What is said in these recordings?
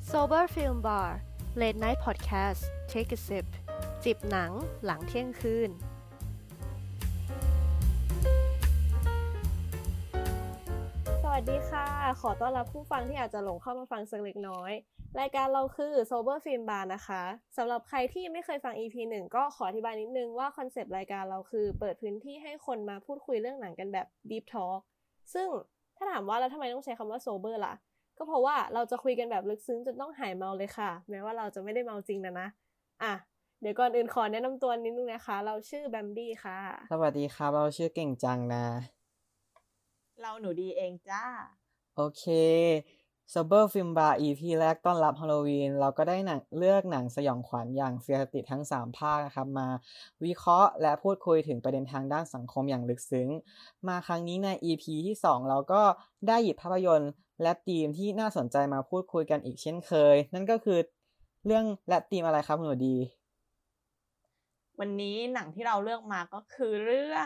Sober Film Bar Late Night Podcast Take a sip จิบหนังหลังเที่ยงคืนสวัสดีค่ะขอต้อนรับผู้ฟังที่อาจจะหลงเข้ามาฟังสักเล็กน้อยรายการเราคือ Sober Film Bar นะคะสำหรับใครที่ไม่เคยฟัง EP 1 ก็ขออธิบายนิดนึงว่าคอนเซปต์รายการเราคือเปิดพื้นที่ให้คนมาพูดคุยเรื่องหนังกันแบบ Deep Talk ซึ่งถ้าถามว่าแล้วทำไมต้องใช้คำว่า Sober ล่ะก็เพราะว่าเราจะคุยกันแบบลึกซึ้งจนต้องหายเมาเลยค่ะแม้ว่าเราจะไม่ได้เมาจริงนะเดี๋ยวก่อนอื่นขอแนะนำตัวนิดนึงนะคะเราชื่อแบมบี้ค่ะสวัสดีครับเราชื่อเก่งจังนะเราหนูดีเองจ้าโอเค Sober Film Bar EP แรกต้อนรับฮาโลวีนเราก็ได้เลือกหนังสยองขวัญอย่างเฟียสติทั้ง3ภาคนะครับมาวิเคราะห์และพูดคุยถึงประเด็นทางด้านสังคมอย่างลึกซึ้งมาครั้งนี้ใน EP ที่2เราก็ได้หยิบภาพยนตร์และธีมที่น่าสนใจมาพูดคุยกันอีกเช่นเคยนั่นก็คือเรื่องและธีมอะไรครับคุณหนูดีวันนี้หนังที่เราเลือกมาก็คือเรื่อง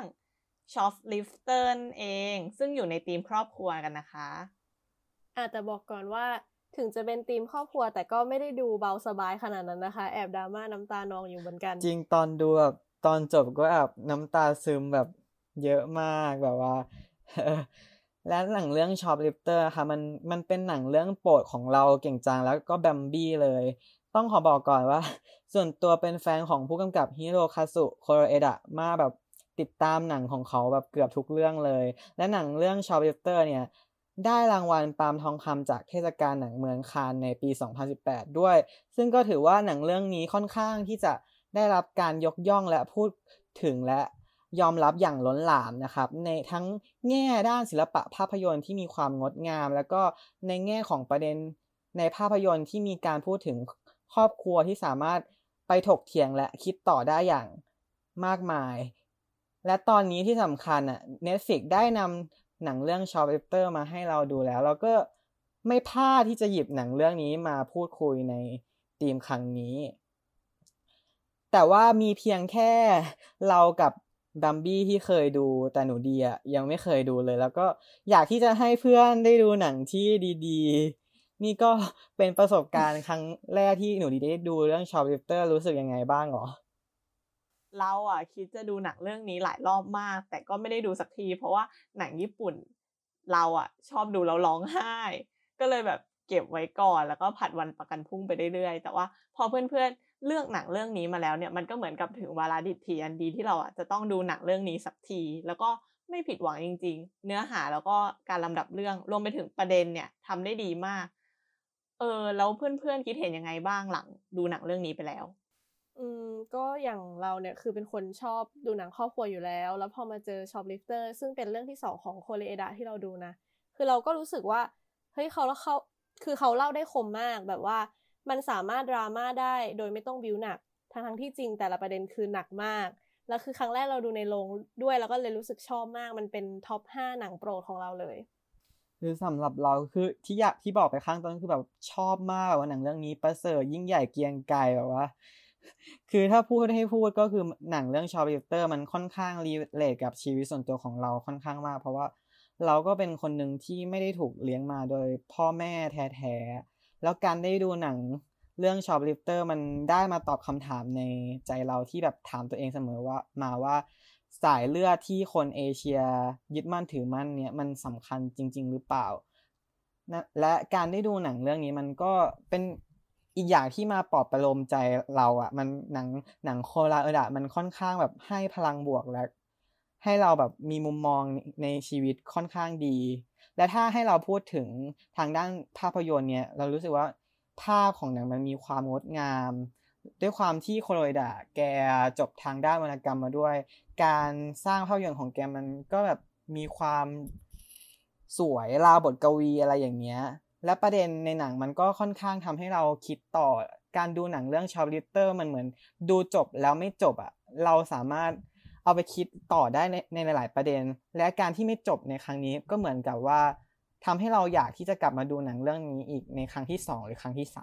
Shoplifter เองซึ่งอยู่ในธีมครอบครัวกันนะคะแต่บอกก่อนว่าถึงจะเป็นธีมครอบครัวแต่ก็ไม่ได้ดูเบาสบายขนาดนั้นนะคะแอบดราม่าน้ำตานองอยู่เหมือนกันจริงตอนดูแบบตอนจบก็แอบน้ำตาซึมแบบเยอะมากแบบว่า และหนังเรื่อง Shoplifter ค่ะมันเป็นหนังเรื่องโปรดของเราเก่งจังแล้วก็แบมบี้เลยต้องขอบอกก่อนว่า ส่วนตัวเป็นแฟนของผู้กำกับฮิโรคาสุโคโรเอดะมาแบบติดตามหนังของเขาแบบเกือบทุกเรื่องเลยและหนังเรื่อง Shoplifter เนี่ยได้รางวัลปาล์มทองคำจากเทศกาลหนังเมืองคานในปี 2018 ด้วยซึ่งก็ถือว่าหนังเรื่องนี้ค่อนข้างที่จะได้รับการยกย่องและพูดถึงและยอมรับอย่างล้นหลามนะครับในทั้งแง่ด้านศิลปะภาพยนตร์ที่มีความงดงามแล้วก็ในแง่ของประเด็นในภาพยนตร์ที่มีการพูดถึงครอบครัวที่สามารถไปถกเถียงและคิดต่อได้อย่างมากมายและตอนนี้ที่สำคัญNetflix ได้นำหนังเรื่อง Shoplifter มาให้เราดูแล้วเราก็ไม่พลาดที่จะหยิบหนังเรื่องนี้มาพูดคุยในธีมครั้งนี้แต่ว่ามีเพียงแค่เรากับดัมบี้ที่เคยดูแต่หนูดียังไม่เคยดูเลยแล้วก็อยากที่จะให้เพื่อนได้ดูหนังที่ดีๆนี่ก็เป็นประสบการณ์ครั้งแรกที่หนูดีได้ดูเรื่อง Shoplifter รู้สึกยังไงบ้างหรอเราคิดจะดูหนังเรื่องนี้หลายรอบมากแต่ก็ไม่ได้ดูสักทีเพราะว่าหนังญี่ปุ่นเราชอบดูแล้วร้องไห้ก็เลยแบบเก็บไว้ก่อนแล้วก็ผัดวันประกันพรุ่งไปเรื่อยๆแต่ว่าพอเพื่อนๆเลือกหนังเรื่องนี้มาแล้วเนี่ยมันก็เหมือนกับถึงวาระดิบทีอันดีที่เราจะต้องดูหนังเรื่องนี้สักทีแล้วก็ไม่ผิดหวังจริงๆเนื้อหาแล้วก็การลำดับเรื่องรวมไปถึงประเด็นเนี่ยทำได้ดีมากแล้วเพื่อนๆคิดเห็นยังไงบ้างหลังดูหนังเรื่องนี้ไปแล้วก็อย่างเราเนี่ยคือเป็นคนชอบดูหนังครอบครัวอยู่แล้วพอมาเจอ Shoplifter ซึ่งเป็นเรื่องที่2ของโคเรเอดะที่เราดูนะคือเราก็รู้สึกว่าเฮ้ยเขาคือเขาเล่าได้คมมากแบบว่ามันสามารถดราม่าได้โดยไม่ต้องบิ้วหนักทั้งที่จริงแต่ละประเด็นคือหนักมากแล้วคือครั้งแรกเราดูในโรงด้วยแล้วก็เลยรู้สึกชอบมากมันเป็นท็อป5หนังโปรดของเราเลยคือสำหรับเราคือที่บอกไปข้างต้นคือแบบชอบมากว่าหนังเรื่องนี้ประเสริฐยิ่งใหญ่เกรียงไกรแบบว่าคือถ้าพูดก็คือหนังเรื่อง Shoplifter มันค่อนข้างรีเลทกับชีวิตส่วนตัวของเราค่อนข้างมากเพราะว่าเราก็เป็นคนหนึ่งที่ไม่ได้ถูกเลี้ยงมาโดยพ่อแม่แท้ๆแล้วการได้ดูหนังเรื่อง Shoplifter มันได้มาตอบคำถามในใจเราที่แบบถามตัวเองเสมอว่าสายเลือดที่คนเอเชียยึดมั่นถือมั่นเนี่ยมันสำคัญจริงๆหรือเปล่านะและการได้ดูหนังเรื่องนี้มันก็เป็นอีกอย่างที่มาปลอบประโลมใจเรามันหนังโคราเอดะมันค่อนข้างแบบให้พลังบวกและให้เราแบบมีมุมมองในชีวิตค่อนข้างดีและถ้าให้เราพูดถึงทางด้านภาพยนตร์เนี่ยเรารู้สึกว่าภาพของหนังมันมีความงดงามด้วยความที่โคโรเอดะแกจบทางด้านวรรณกรรมมาด้วยการสร้างภาพยนตร์ของแกมันก็แบบมีความสวยราวบทกวีอะไรอย่างเงี้ยและประเด็นในหนังมันก็ค่อนข้างทำให้เราคิดต่อการดูหนังเรื่อง Shoplifter มันเหมือนดูจบแล้วไม่จบเราสามารถเอาไปคิดต่อได้ในหลายๆประเด็นและการที่ไม่จบในครั้งนี้ก็เหมือนกับว่าทำให้เราอยากที่จะกลับมาดูหนังเรื่องนี้อีกในครั้งที่2หรือครั้งที่3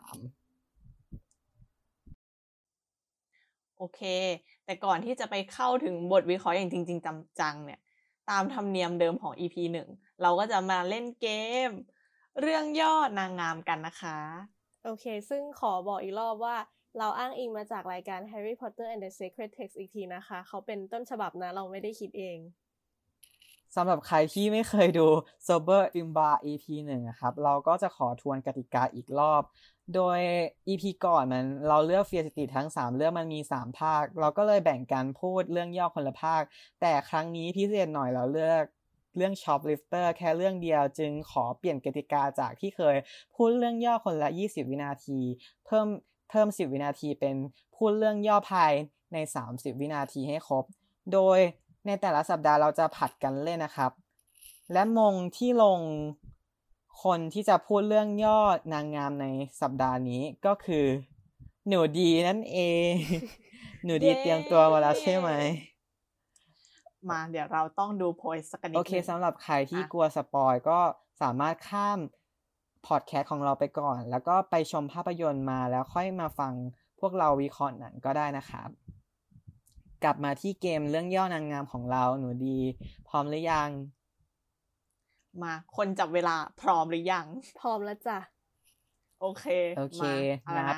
โอเคแต่ก่อนที่จะไปเข้าถึงบทวิเคราะห์อย่างจริงๆจังๆเนี่ยตามธรรมเนียมเดิมของ EP 1เราก็จะมาเล่นเกมเรื่องย่อนางงามกันนะคะโอเคซึ่งขอบอกอีกรอบว่าเราอ้างอิงมาจากรายการ Harry Potter and the Sacred Text อีกทีนะคะเขาเป็นต้นฉบับนะเราไม่ได้คิดเองสำหรับใครที่ไม่เคยดู Sober Film Bar EP 1นะครับเราก็จะขอทวนกติกาอีกรอบโดย EP ก่อนเราเลือก Fear City ทั้ง3เรื่องมันมี3ภาคเราก็เลยแบ่งกันพูดเรื่องย่อคนละภาคแต่ครั้งนี้พิเศษหน่อยเราเลือกเรื่อง Shoplifter แค่เรื่องเดียวจึงขอเปลี่ยนกติกาจากที่เคยพูดเรื่องย่อคนละ20วินาทีเพิ่ม10วินาทีเป็นพูดเรื่องย่อภายใน30วินาทีให้ครบโดยในแต่ละสัปดาห์เราจะผัดกันเล่นนะครับและมงที่ลงคนที่จะพูดเรื่องย่อนางงามในสัปดาห์นี้ก็คือหนูดีนั่นเอง หนูดีเตรียมตัวมาแล้วใช่ไหมมาเดี๋ยวเราต้องดูโพยสักนิดโอเคสำหรับใครที่กลัวสปอยก็สามารถข้ามพอดแคสต์ของเราไปก่อนแล้วก็ไปชมภาพยนตร์มาแล้วค่อยมาฟังพวกเราวิเคราะห์หนังก็ได้นะครับกลับมาที่เกมเรื่องย่อนางงามของเราหนูดีพร้อมหรือยังมาคนจับเวลาพร้อมหรือยังพร้อมแล้วจ้ะโอเคนับ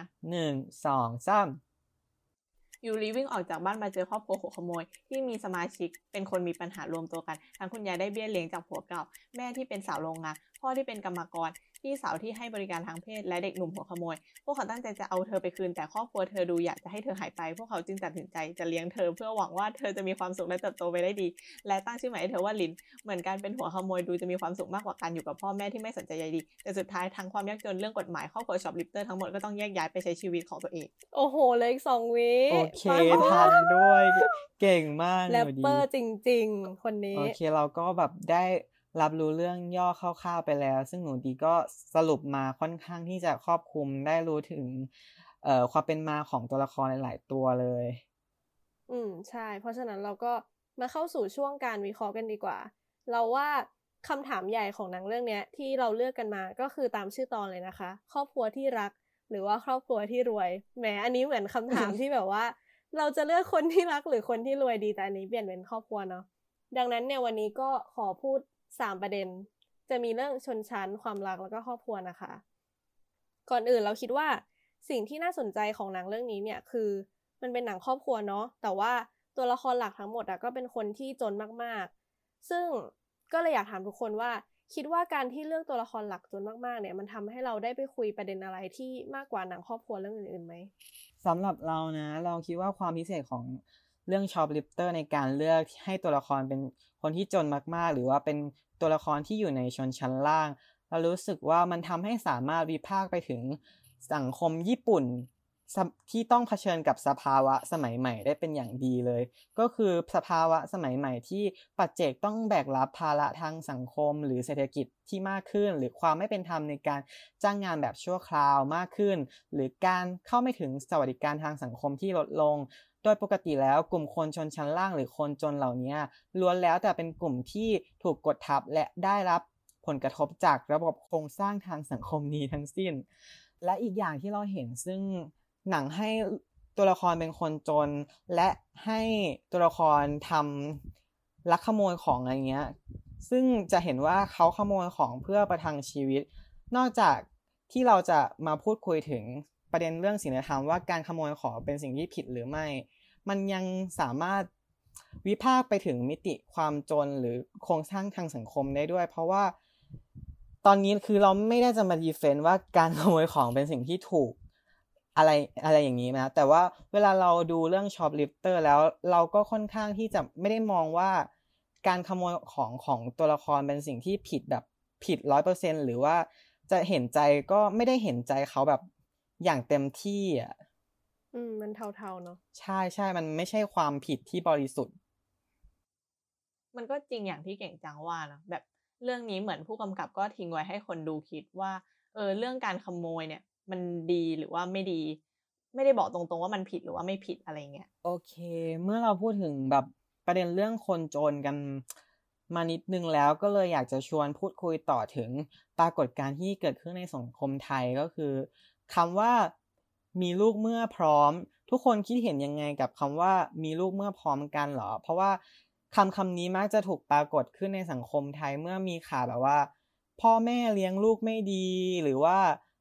1 2 3 ยูรีวิ่งออกจากบ้านมาเจอครอบครัวหัวขโมยที่มีสมาชิกเป็นคนมีปัญหารวมตัวกันทั้งคุณยายได้เบี้ยเลี้ยงจากผัวเก่าแม่ที่เป็นสาวโรงงานพ่อที่เป็นกรรมกรพี่สาวที่ให้บริการทางเพศและเด็กหนุ่มหัวขโมยพวกเขาตั้งใจจะเอาเธอไปคืนแต่ครอบครัวเธอดูอยากจะให้เธอหายไปพวกเขาจึงตัดสินใจจะเลี้ยงเธอเพื่อหวังว่าเธอจะมีความสุขและเติบโตไปได้ดีและตั้งชื่อใหม่ให้เธอว่าลินเหมือนการเป็นหัวขโมยดูจะมีความสุขมากกว่าการอยู่กับพ่อแม่ที่ไม่สนใจใยดีแต่สุดท้ายทั้งความยากจนเรื่องกฎหมายครอบครัวช็อปลิฟเตอร์ทั้งหมดก็ต้องแยกย้ายไปใช้ชีวิตของตัวเองโอ้โหเลย2 วิโอเคทันด้วยเก่งมากแรปเปอร์จริงๆคนนี้โอเคเราก็แบบได้รับรู้เรื่องย่อคร่าวๆไปแล้วซึ่งหนูดีก็สรุปมาค่อนข้างที่จะครอบคลุมได้รู้ถึงความเป็นมาของตัวละครหลายๆตัวเลยใช่เพราะฉะนั้นเราก็มาเข้าสู่ช่วงการวิเคราะห์กันดีกว่าเราว่าคำถามใหญ่ของหนังเรื่องนี้ที่เราเลือกกันมาก็คือตามชื่อตอนเลยนะคะครอบครัวที่รักหรือว่าครอบครัวที่รวยแหมอันนี้เหมือนคำถาม ที่แบบว่าเราจะเลือกคนที่รักหรือคนที่รวยดีแต่อันนี้เปลี่ยนเป็นครอบครัวเนาะดังนั้นเนี่ยวันนี้ก็ขอพูด3ประเด็นจะมีเรื่องชนชั้นความรักแล้วก็ครอบครัวนะคะก่อนอื่นเราคิดว่าสิ่งที่น่าสนใจของหนังเรื่องนี้เนี่ยคือมันเป็นหนังครอบครัวเนาะแต่ว่าตัวละครหลักทั้งหมดก็เป็นคนที่จนมากๆซึ่งก็เลยอยากถามทุกคนว่าคิดว่าการที่เลือกตัวละครหลักจนมากๆเนี่ยมันทำให้เราได้ไปคุยประเด็นอะไรที่มากกว่าหนังครอบครัวเรื่องอื่นๆไหมสำหรับเรานะเราคิดว่าความพิเศษของเรื่องช็อปลิฟเตอร์ในการเลือกให้ตัวละครเป็นคนที่จนมากๆหรือว่าเป็นตัวละครที่อยู่ในชนชั้นล่างเรารู้สึกว่ามันทำให้สามารถวิพากษ์ไปถึงสังคมญี่ปุ่นที่ต้องเผชิญกับสภาวะสมัยใหม่ได้เป็นอย่างดีเลยก็คือสภาวะสมัยใหม่ที่ปัจเจกต้องแบกรับภาระทางสังคมหรือเศรษฐกิจที่มากขึ้นหรือความไม่เป็นธรรมในการจ้างงานแบบชั่วคราวมากขึ้นหรือการเข้าไม่ถึงสวัสดิการทางสังคมที่ลดลงโดยปกติแล้วกลุ่มคนชนชั้นล่างหรือคนจนเหล่านี้ล้วนแล้วแต่เป็นกลุ่มที่ถูกกดทับและได้รับผลกระทบจากระบบโครงสร้างทางสังคมนี้ทั้งสิ้นและอีกอย่างที่เราเห็นซึ่งหนังให้ตัวละครเป็นคนจนและให้ตัวละครทำลักขโมยของอะไรเงี้ยซึ่งจะเห็นว่าเขาขโมยของเพื่อประทังชีวิตนอกจากที่เราจะมาพูดคุยถึงประเด็นเรื่องศีลธรรมว่าการขโมยของเป็นสิ่งที่ผิดหรือไม่มันยังสามารถวิพากษ์ไปถึงมิติความจนหรือโครงสร้างทางสังคมได้ด้วยเพราะว่าตอนนี้คือเราไม่ได้จะมาดีเฟนต์ว่าการขโมยของเป็นสิ่งที่ถูกอะไรอย่างนี้นะแต่ว่าเวลาเราดูเรื่องช็อปลิฟเตอร์แล้วเราก็ค่อนข้างที่จะไม่ได้มองว่าการขโมยของตัวละครเป็นสิ่งที่ผิดแบบผิด 100% หรือว่าจะเห็นใจก็ไม่ได้เห็นใจเขาแบบอย่างเต็มที่อ่ะมันเทาๆเนาะใช่ๆมันไม่ใช่ความผิดที่บริสุทธิ์มันก็จริงอย่างที่เก่งจังว่านะแบบเรื่องนี้เหมือนผู้กำกับก็ทิ้งไว้ให้คนดูคิดว่าเรื่องการขโมยเนี่ยมันดีหรือว่าไม่ดีไม่ได้บอกตรงๆว่ามันผิดหรือว่าไม่ผิดอะไรเงี้ยโอเคเมื่อเราพูดถึงแบบประเด็นเรื่องคนจนกันมานิดนึงแล้วก็เลยอยากจะชวนพูดคุยต่อถึงปรากฏการณ์ที่เกิดขึ้นในสังคมไทยก็คือคำว่ามีลูกเมื่อพร้อมทุกคนคิดเห็นยังไงกับคำว่ามีลูกเมื่อพร้อมกันเหรอเพราะว่าคำนี้มักจะถูกปรากฏขึ้นในสังคมไทยเมื่อมีข่าวแบบว่าพ่อแม่เลี้ยงลูกไม่ดีหรือว่า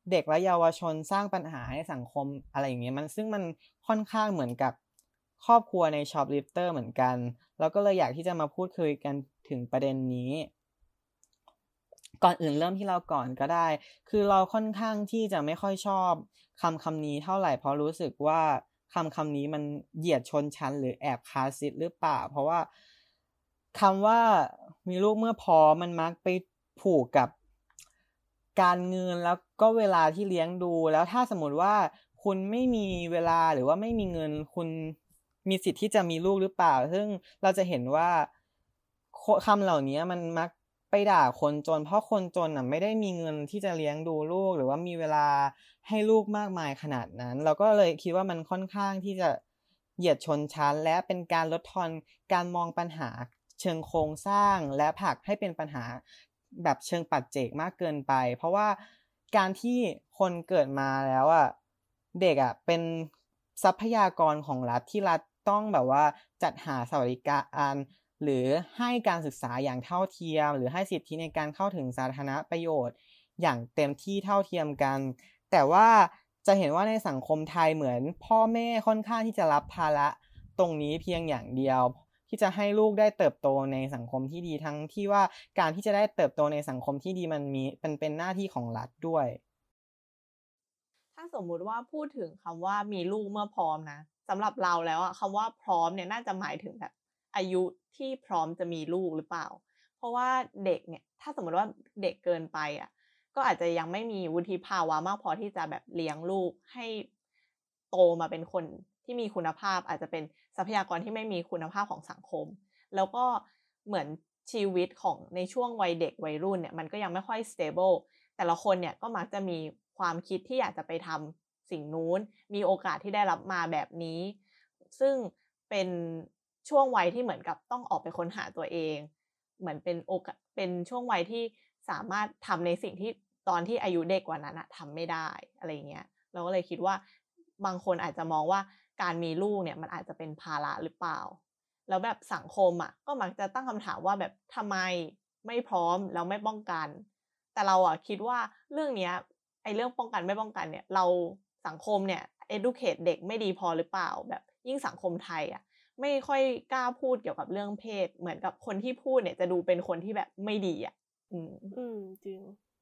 เด็กและเยาวชนสร้างปัญหาให้สังคมอะไรอย่างเงี้ยซึ่งมันค่อนข้างเหมือนกับครอบครัวใน Shoplifter เหมือนกันแล้วก็เลยอยากที่จะมาพูดคุยกันถึงประเด็นนี้ก่อนอื่นเริ่มที่เราก่อนก็ได้คือเราค่อนข้างที่จะไม่ค่อยชอบคำนี้เท่าไหร่เพราะรู้สึกว่าคำนี้มันเหยียดชนชั้นหรือแอบคลาสสิสหรือเปล่าเพราะว่าคำว่ามีลูกเมื่อพร้อมมันมักไปผูกกับการเงินแล้วก็เวลาที่เลี้ยงดูแล้วถ้าสมมติว่าคุณไม่มีเวลาหรือว่าไม่มีเงินคุณมีสิทธิ์ที่จะมีลูกหรือเปล่าซึ่งเราจะเห็นว่าคำเหล่านี้มันมักไปด่าคนจนเพราะคนจนน่ะไม่ได้มีเงินที่จะเลี้ยงดูลูกหรือว่ามีเวลาให้ลูกมากมายขนาดนั้นเราก็เลยคิดว่ามันค่อนข้างที่จะเหยียดชนชั้นและเป็นการลดทอนการมองปัญหาเชิงโครงสร้างและผลักให้เป็นปัญหาแบบเชิงปัจเจกมากเกินไปเพราะว่าการที่คนเกิดมาแล้วอ่ะเด็กอ่ะเป็นทรัพยากรของรัฐที่รัฐต้องแบบว่าจัดหาสวัสดิการหรือให้การศึกษาอย่างเท่าเทียมหรือให้สิทธิในการเข้าถึงสาธารณประโยชน์อย่างเต็มที่เท่าเทียมกันแต่ว่าจะเห็นว่าในสังคมไทยเหมือนพ่อแม่ค่อนข้างที่จะรับภาระตรงนี้เพียงอย่างเดียวที่จะให้ลูกได้เติบโตในสังคมที่ดีทั้งที่ว่าการที่จะได้เติบโตในสังคมที่ดีมันเป็นหน้าที่ของรัฐด้วยถ้าสมมุติว่าพูดถึงคำว่ามีลูกเมื่อพร้อมนะสำหรับเราแล้วคำว่าพร้อมเนี่ยน่าจะหมายถึงแบบอายุที่พร้อมจะมีลูกหรือเปล่าเพราะว่าเด็กเนี่ยถ้าสมมติว่าเด็กเกินไปก็อาจจะยังไม่มีวุฒิภาวะมากพอที่จะแบบเลี้ยงลูกให้โตมาเป็นคนที่มีคุณภาพอาจจะเป็นทรัพยากรที่ไม่มีคุณภาพของสังคมแล้วก็เหมือนชีวิตของในช่วงวัยเด็กวัยรุ่นเนี่ยมันก็ยังไม่ค่อย stable แต่ละคนเนี่ยก็มักจะมีความคิดที่อยากจะไปทำสิ่งนู้นมีโอกาสที่ได้รับมาแบบนี้ซึ่งเป็นช่วงวัยที่เหมือนกับต้องออกไปค้นหาตัวเองเหมือนเป็นโอกาสเป็นช่วงวัยที่สามารถทำในสิ่งที่ตอนที่อายุเด็กกว่านั้นทำไม่ได้อะไรเงี้ยเราก็เลยคิดว่าบางคนอาจจะมองว่าการมีลูกเนี่ยมันอาจจะเป็นภาระหรือเปล่าแล้วแบบสังคมก็มักจะตั้งคำถามว่าแบบทำไมไม่พร้อมแล้วไม่ป้องกันแต่เราคิดว่าเรื่องเนี้ยไอ้เรื่องป้องกันไม่ป้องกันเนี่ยเราสังคมเนี่ย educate เด็กไม่ดีพอหรือเปล่าแบบยิ่งสังคมไทยไม่ค่อยกล้าพูดเกี่ยวกับเรื่องเพศเหมือนกับคนที่พูดเนี่ยจะดูเป็นคนที่แบบไม่ดีจริง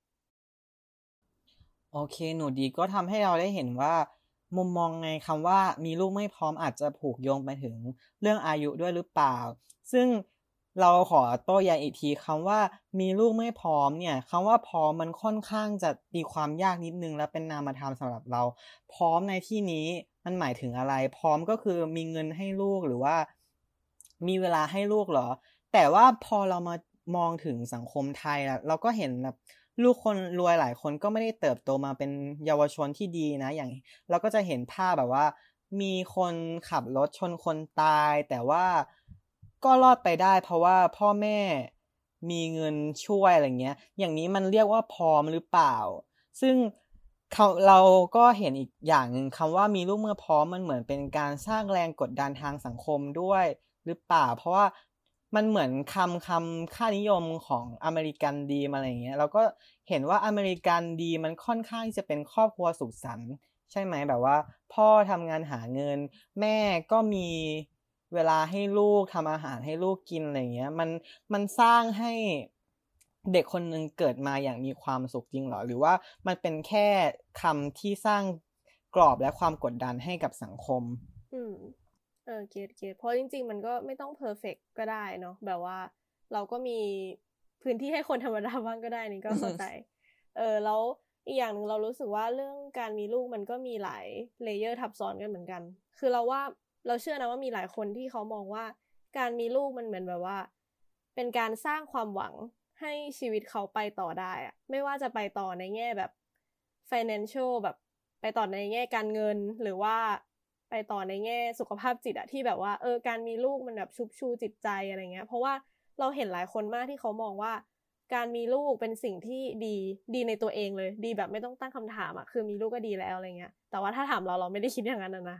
โอเคหนูดีก็ทำให้เราได้เห็นว่ามุมมองในคำว่ามีลูกไม่พร้อมอาจจะผูกโยงไปถึงเรื่องอายุด้วยหรือเปล่าซึ่งเราขอโต้แย้งอีกทีคำว่ามีลูกไม่พร้อมเนี่ยคำว่าพร้อมมันค่อนข้างจะตีความยากนิดนึงและเป็นนามธรรมสำหรับเราพร้อมในที่นี้มันหมายถึงอะไรพร้อมก็คือมีเงินให้ลูกหรือว่ามีเวลาให้ลูกเหรอแต่ว่าพอเรามามองถึงสังคมไทยเราก็เห็นแบบลูกคนรวยหลายคนก็ไม่ได้เติบโตมาเป็นเยาวชนที่ดีนะอย่างเราก็จะเห็นภาพแบบว่ามีคนขับรถชนคนตายแต่ว่าก็รอดไปได้เพราะว่าพ่อแม่มีเงินช่วยอะไรเงี้ยอย่างนี้มันเรียกว่าพร้อมหรือเปล่าซึ่งเราก็เห็นอีกอย่างหนึ่งคำว่ามีลูกเมื่อพร้อมมันเหมือนเป็นการสร้างแรงกดดันทางสังคมด้วยหรือเปล่าเพราะว่ามันเหมือนค่านิยมของอเมริกันดีมอะไรอย่างเงี้ยเราก็เห็นว่าอเมริกันดีมันค่อนข้างจะเป็นครอบครัวสุขสันต์ใช่ไหมแบบว่าพ่อทำงานหาเงินแม่ก็มีเวลาให้ลูกทำอาหารให้ลูกกินอะไรอย่างเงี้ยมันสร้างให้เด็กคนนึงเกิดมาอย่างมีความสุขจริงหรอหรือว่ามันเป็นแค่คำที่สร้างกรอบและความกดดันให้กับสังคมเก็ตเพราะจริงๆมันก็ไม่ต้องเพอร์เฟกต์ก็ได้เนาะแบบว่าเราก็มีพื้นที่ให้คนธรรมดาบ้างก็ได้นี่ก็เข้าใจแล้วอีกอย่างหนึ่งเรารู้สึกว่าเรื่องการมีลูกมันก็มีหลายเลเยอร์ทับซ้อนกันเหมือนกันคือเราเชื่อนะว่ามีหลายคนที่เขามองว่าการมีลูกมันเหมือนแบบว่าเป็นการสร้างความหวังให้ชีวิตเขาไปต่อได้ไม่ว่าจะไปต่อในแง่แบบ financial แบบไปต่อในแง่การเงินหรือว่าไปต่อในแง่สุขภาพจิตที่แบบว่าการมีลูกมันแบบชุบชูจิตใจอะไรเงี้ยเพราะว่าเราเห็นหลายคนมากที่เขามองว่าการมีลูกเป็นสิ่งที่ดีในตัวเองเลยดีแบบไม่ต้องตั้งคำถามคือมีลูกก็ดีแล้วอะไรเงี้ยแต่ว่าถ้าถามเราไม่ได้คิดอย่างนั้นนะ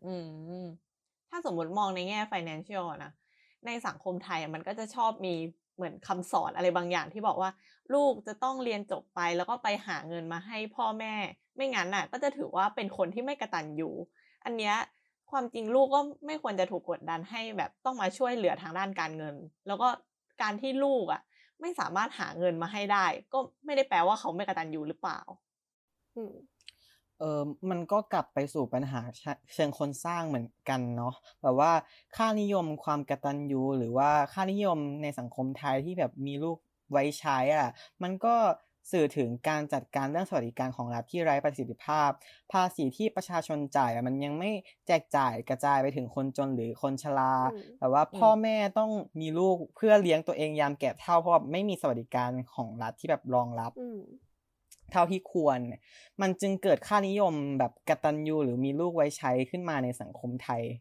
ถ้าสมมติมองในแง่ financial นะในสังคมไทยมันก็จะชอบมีเหมือนคำสอนอะไรบางอย่างที่บอกว่าลูกจะต้องเรียนจบไปแล้วก็ไปหาเงินมาให้พ่อแม่ไม่งั้นน่ะก็จะถือว่าเป็นคนที่ไม่กตัญญูอันเนี้ยความจริงลูกก็ไม่ควรจะถูกกดดันให้แบบต้องมาช่วยเหลือทางด้านการเงินแล้วก็การที่ลูกไม่สามารถหาเงินมาให้ได้ก็ไม่ได้แปลว่าเขาไม่กตัญญูหรือเปล่าอืมมันก็กลับไปสู่ปัญหาเชิงคนสร้างเหมือนกันเนาะแบบว่าค่านิยมความกตัญญูหรือว่าค่านิยมในสังคมไทยที่แบบมีลูกไว้ใช้มันก็สื่อถึงการจัดการเรื่องสวัสดิการของรัฐที่ไร้ประสิทธิภาพภาษีที่ประชาชนจ่ายมันยังไม่แจกจ่ายกระจายไปถึงคนจนหรือคนชราแต่ว่าพ่อแม่ต้องมีลูกเพื่อเลี้ยงตัวเองยามแก่เฒ่าเพราะไม่มีสวัสดิการของรัฐที่แบบรองรับเท่าที่ควรมันจึงเกิดค่านิยมแบบกตัญญูหรือมีลูกไว้ใช้ขึ้นมาในสังคมไทย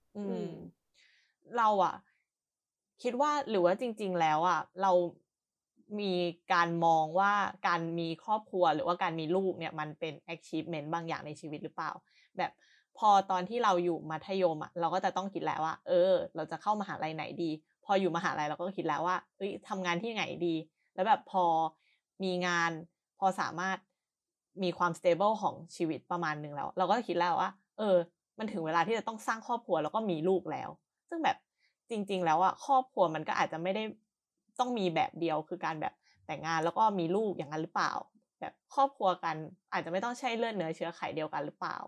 เราคิดว่าหรือว่าจริงๆแล้วเรามีการมองว่าการมีครอบครัวหรือว่าการมีลูกเนี่ยมันเป็น achievement บางอย่างในชีวิตหรือเปล่าแบบพอตอนที่เราอยู่มัธยมเราก็จะต้องคิดแล้วว่าเราจะเข้ามหาลัยไหนดีพออยู่มหาลัยเราก็คิดแล้วว่าทำงานที่ไหนดีแล้วแบบพอมีงานพอสามารถมีความ stable ของชีวิตประมาณนึงแล้วเราก็คิดแล้วว่ามันถึงเวลาที่จะต้องสร้างครอบครัวแล้วก็มีลูกแล้วซึ่งแบบจริงๆแล้วครอบครัวมันก็อาจจะไม่ได้ต้องมีแบบเดียวคือการแบบแต่งงานแล้วก็มีลูกอย่างนั้นหรือเปล่าแบบครอบครัวกันอาจจะไม่ต้องใช่เลือดเนื้อเชื้อไขเดียวกันหรือเปล่า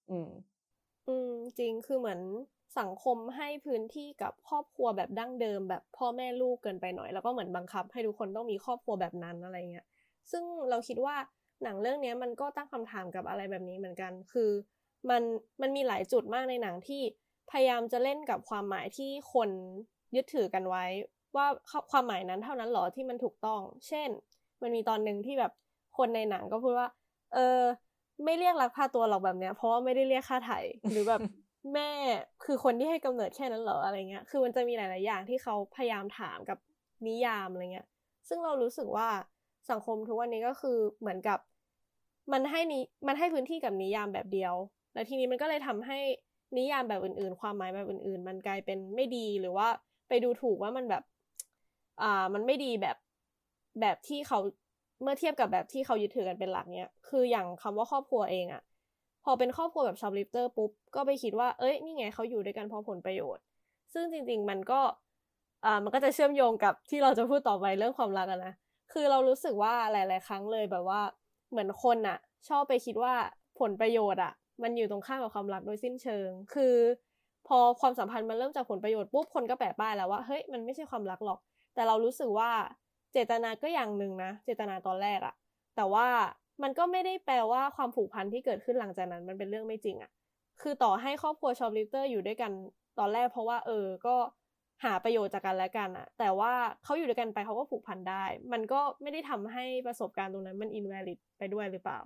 จริงคือเหมือนสังคมให้พื้นที่กับครอบครัวแบบดั้งเดิมแบบพ่อแม่ลูกเกินไปหน่อยแล้วก็เหมือนบังคับให้ทุกคนต้องมีครอบครัวแบบนั้นอะไรเงี้ยซึ่งเราคิดว่าหนังเรื่องนี้มันก็ตั้งคำถามกับอะไรแบบนี้เหมือนกันคือมันมีหลายจุดมากในหนังที่พยายามจะเล่นกับความหมายที่คนยึดถือกันไว้ว่าความหมายนั้นเท่านั้นหรอที่มันถูกต้องเช่นมันมีตอนนึงที่แบบคนในหนังก็พูดว่าไม่เรียกลักพาตัวหรอกแบบเนี้ยเพราะว่าไม่ได้เรียกค่าไถ่หรือแบบแม่คือคนที่ให้กำเนิดแค่นั้นเหรออะไรเงี้ยคือมันจะมีหลายๆอย่างที่เขาพยายามถามกับนิยามอะไรเงี้ยซึ่งเรารู้สึกว่าสังคมทุกวันนี้ก็คือเหมือนกับมันให้พื้นที่กับนิยามแบบเดียวแล้วทีนี้มันก็เลยทำให้นิยามแบบอื่นๆความหมายแบบอื่นๆมันกลายเป็นไม่ดีหรือว่าไปดูถูกว่ามันแบบมันไม่ดีแบบที่เขาเมื่อเทียบกับแบบที่เขายึดถือกันเป็นหลักเนี้ยคืออย่างคำว่าครอบครัวเองพอเป็นครอบครัวแบบช็อปลิฟเตอร์ปุ๊บก็ไปคิดว่านี่ไงเขาอยู่ด้วยกันเพราะผลประโยชน์ซึ่งจริงๆมันก็จะเชื่อมโยงกับที่เราจะพูดต่อไปเรื่องความรักนะคือเรารู้สึกว่าหลายๆครั้งเลยแบบว่าเหมือนคนชอบไปคิดว่าผลประโยชน์มันอยู่ตรงข้ามกับความรักโดยสิ้นเชิงคือพอความสัมพันธ์มันเริ่มจากผลประโยชน์ปุ๊บคนก็แปะป้ายแล้วว่าเฮ้ยมันไม่ใช่ความรักหรอกแต่เรารู้สึกว่าเจตนาก็อย่างหนึ่งนะเจตนาตอนแรกแต่ว่ามันก็ไม่ได้แปลว่าความผูกพันที่เกิดขึ้นหลังจากนั้นมันเป็นเรื่องไม่จริงคือต่อให้ครอบครัวช็อปลิฟเตอร์อยู่ด้วยกันตอนแรกเพราะว่าก็หาประโยชน์จากกันและกันแต่ว่าเขาอยู่ด้วยกันไปเขาก็ผูกพันได้มันก็ไม่ได้ทำให้ประสบการณ์ตรงนั้นมัน invalid ไปด้วยหรือเปล่า